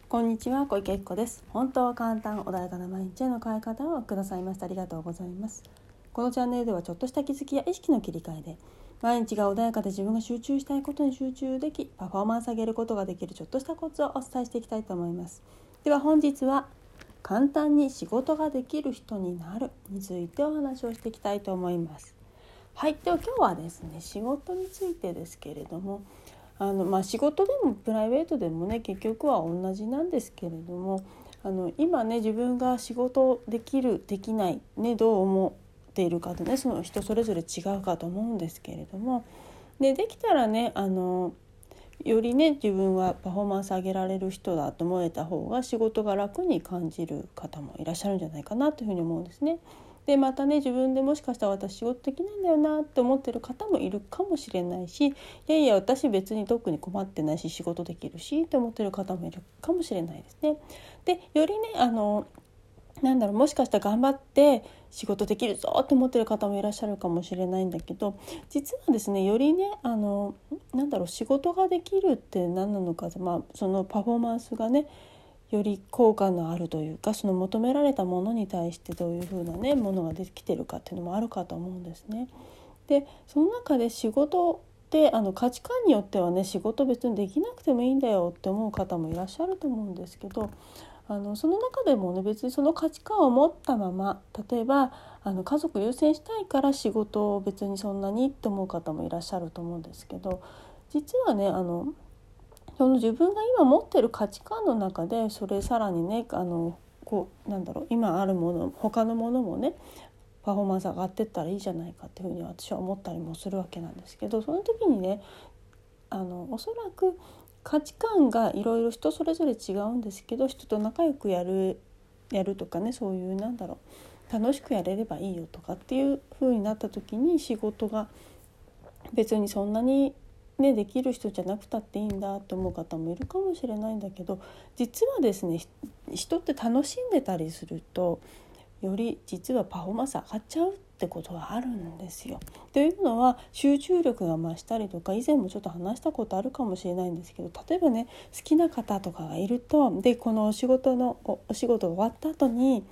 こんにちは、小池由紀子です。本当は簡単、穏やかな毎日への変え方をくださいました。ありがとうございます。このチャンネルではちょっとした気づきや意識の切り替えで毎日が穏やかで自分が集中したいことに集中でき、パフォーマンス上げることができるちょっとしたコツをお伝えしていきたいと思います。では本日は簡単に仕事ができる人になるについてお話をしていきたいと思います。はい、では今日はですね、仕事についてですけれども、仕事でもプライベートでもね、結局は同じなんですけれども、今ね、自分が仕事できるできないね、どう思っているかとね、その人それぞれ違うかと思うんですけれども、できたらね、よりね、自分はパフォーマンス上げられる人だと思えた方が仕事が楽に感じる方もいらっしゃるんじゃないかなというふうに思うんですね。でまたね、自分でもしかしたら私仕事できないんだよなって思ってる方もいるかもしれないし、いやいや私別に特に困ってないし仕事できるしって思ってる方もいるかもしれないですね。でよりね、もしかしたら頑張って仕事できるぞと思ってる方もいらっしゃるかもしれないんだけど、実はですね、よりね、仕事ができるって何なのか、そのパフォーマンスがね、より効果のあるというか、その求められたものに対してどういうふうなね、ものができてるかっていうのもあるかと思うんですね。でその中で仕事で価値観によってはね、仕事別にできなくてもいいんだよって思う方もいらっしゃると思うんですけど、その中でもね、別にその価値観を持ったまま、例えば家族優先したいから仕事を別にそんなにって思う方もいらっしゃると思うんですけど、実はね、その自分が今持ってる価値観の中で、それさらにね、今あるもの、他のものもね、パフォーマンス上がってったらいいじゃないかっていうふうに私は思ったりもするわけなんですけど、その時にね、おそらく価値観がいろいろ人それぞれ違うんですけど、人と仲良くやるとかね、そういう楽しくやれればいいよとかっていう風になった時に、仕事が別にそんなにね、できる人じゃなくたっていいんだと思う方もいるかもしれないんだけど、実はですね、人って楽しんでたりするとより実はパフォーマンス上がっちゃうってことがあるんですよ。というのは、集中力が増したりとか、以前もちょっと話したことあるかもしれないんですけど、例えばね、好きな方とかがいると、でこのお仕事が終わった後に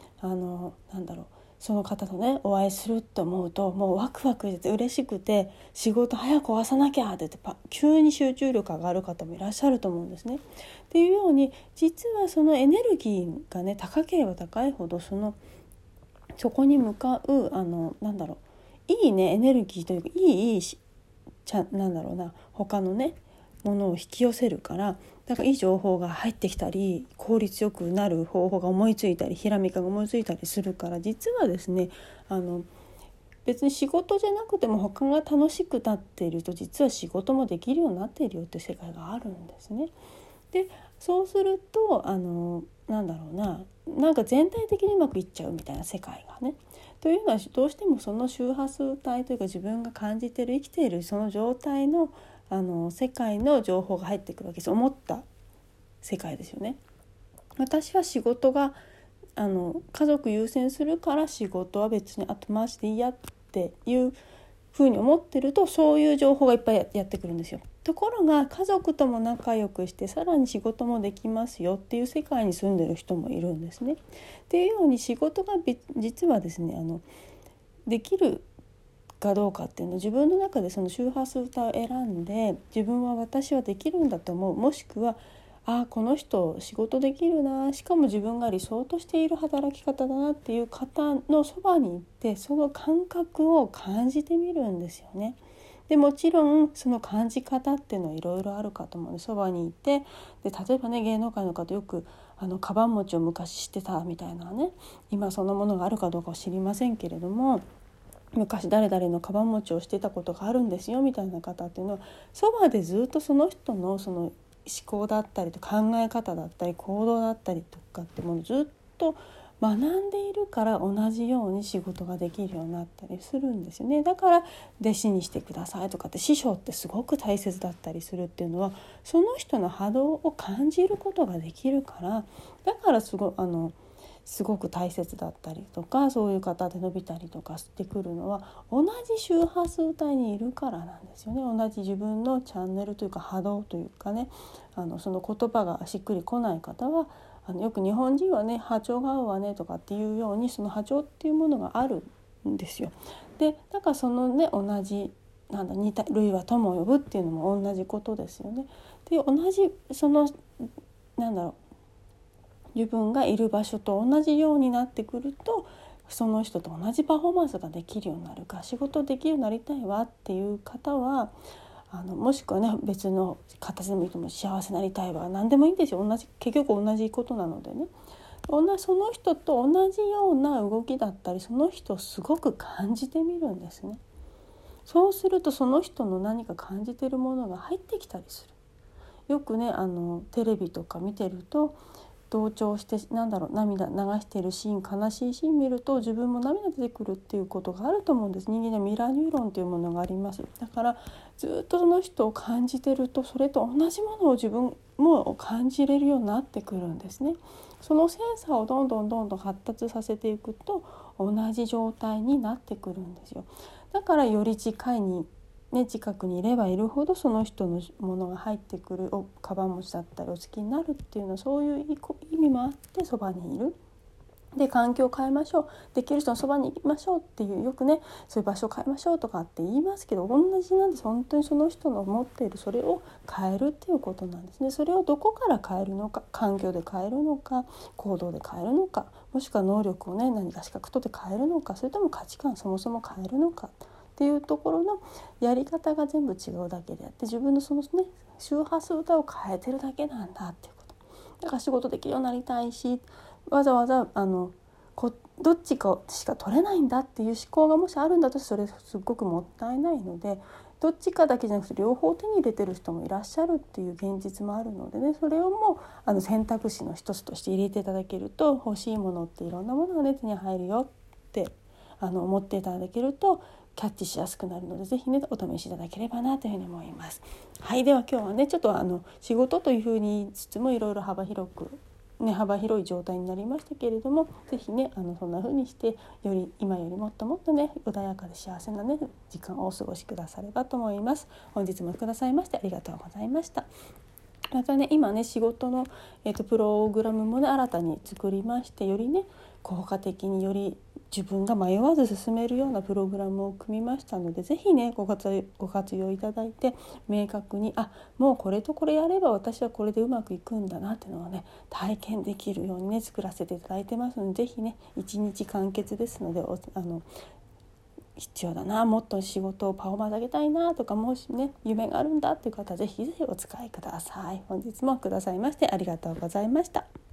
その方とねお会いすると思うと、もうワクワクして嬉しくて、仕事早く終わさなきゃって言って急に集中力上がる方もいらっしゃると思うんですね。っていうように、実はそのエネルギーがね、高ければ高いほどそこに向かういいね、エネルギーというか、他のねものを引き寄せるから、だからいい情報が入ってきたり、効率よくなる方法が思いついたり、ひらめきが思いついたりするから、実はですね、別に仕事じゃなくても他が楽しくなっていると、実は仕事もできるようになっているよっていう世界があるんですね。でそうすると全体的にうまくいっちゃうみたいな世界がね、というのは、どうしてもその周波数帯というか、自分が感じている、生きているその状態の世界の情報が入ってくるわけです。思った世界ですよね。私は仕事が家族優先するから、仕事は別に後回しでいいやっていうふうに思ってると、そういう情報がいっぱいやってくるんですよ。ところが、家族とも仲良くして、さらに仕事もできますよっていう世界に住んでる人もいるんですね。っていうように、仕事が実はですね、できるかどうかっていうのを自分の中でその周波数帯を選んで、私はできるんだと思う、もしくはこの人仕事できるな、しかも自分が理想としている働き方だなっていう方のそばに行って、その感覚を感じてみるんですよね。でもちろんその感じ方っていうのはいろいろあるかと思うので、そばにいて、で例えばね、芸能界の方よくカバン持ちを昔してたみたいなね、今そのものがあるかどうかは知りませんけれども、昔誰々のカバン持ちをしてたことがあるんですよみたいな方っていうのは、そばでずっとその人のその思考だったりと考え方だったり行動だったりとかってものをずっと学んでいるから、同じように仕事ができるようになったりするんですよね。だから弟子にしてくださいとかって、師匠ってすごく大切だったりするっていうのは、その人の波動を感じることができるから、だからすごいすごく大切だったりとか、そういう方で伸びたりとかしてくるのは同じ周波数帯にいるからなんですよね。同じ自分のチャンネルというか波動というかね、その言葉がしっくりこない方はよく日本人はね波長が合うわねとかっていうように、その波長っていうものがあるんですよ。でだからそのね同じ似た類は友を呼ぶっていうのも同じことですよね。で同じその自分がいる場所と同じようになってくると、その人と同じパフォーマンスができるようになるか、仕事できるようになりたいわっていう方はもしくはね別の形でもいいと思う、幸せになりたいわ、何でもいいんですよ。結局同じことなのでね、その人と同じような動きだったり、その人をすごく感じてみるんですね。そうするとその人の何か感じているものが入ってきたりする。よくねテレビとか見てると同調して涙流しているシーン、悲しいシーン見ると自分も涙出てくるっていうことがあると思うんです。人間にはミラーニューロンというものがあります。だからずっとその人を感じてると、それと同じものを自分も感じれるようになってくるんですね。そのセンサーをどんどん発達させていくと同じ状態になってくるんですよ。だからより近くにいればいるほどその人のものが入ってくる、カバン持ちだったりお好きになるっていうのはそういう意味もあってそばにいる。で環境を変えましょう、できる人のそばに行きましょうっていう、よくねそういう場所を変えましょうとかって言いますけど、同じなんです。本当にその人の持っているそれを変えるっていうことなんですね。それをどこから変えるのか、環境で変えるのか、行動で変えるのか、もしくは能力をね何か資格取って変えるのか、それとも価値観そもそも変えるのかっていうところのやり方が全部違うだけであって、自分のそのね周波数帯を変えてるだけなんだっていうこと。だから仕事できるようになりたいし、わざわざどっちかしか取れないんだっていう思考がもしあるんだと、それすごくもったいないので、どっちかだけじゃなくて両方手に入れてる人もいらっしゃるっていう現実もあるのでね、それをもう選択肢の一つとして入れていただけると、欲しいものっていろんなものがね手に入るよって思っていただけるとキャッチしやすくなるので、ぜひねお試しいただければなというふうに思います。はい、では今日はねちょっと仕事というふうに言いつつもいろいろ幅広い状態になりましたけれども、ぜひねそんな風にして今よりもっともっとね穏やかで幸せなね時間をお過ごしくださればと思います。本日もくださいましてありがとうございました。またね今ね仕事の、プログラムもね新たに作りまして、よりね効果的により自分が迷わず進めるようなプログラムを組みましたので、ぜひねご活用いただいて、明確にもうこれとこれやれば私はこれでうまくいくんだなっていうのをね体験できるようにね作らせていただいてますので、ぜひね1日完結ですので必要だな、もっと仕事をパフォーマンス上げたいなとか、もしね夢があるんだっていう方はぜひぜひお使いください。本日もくださいましてありがとうございました。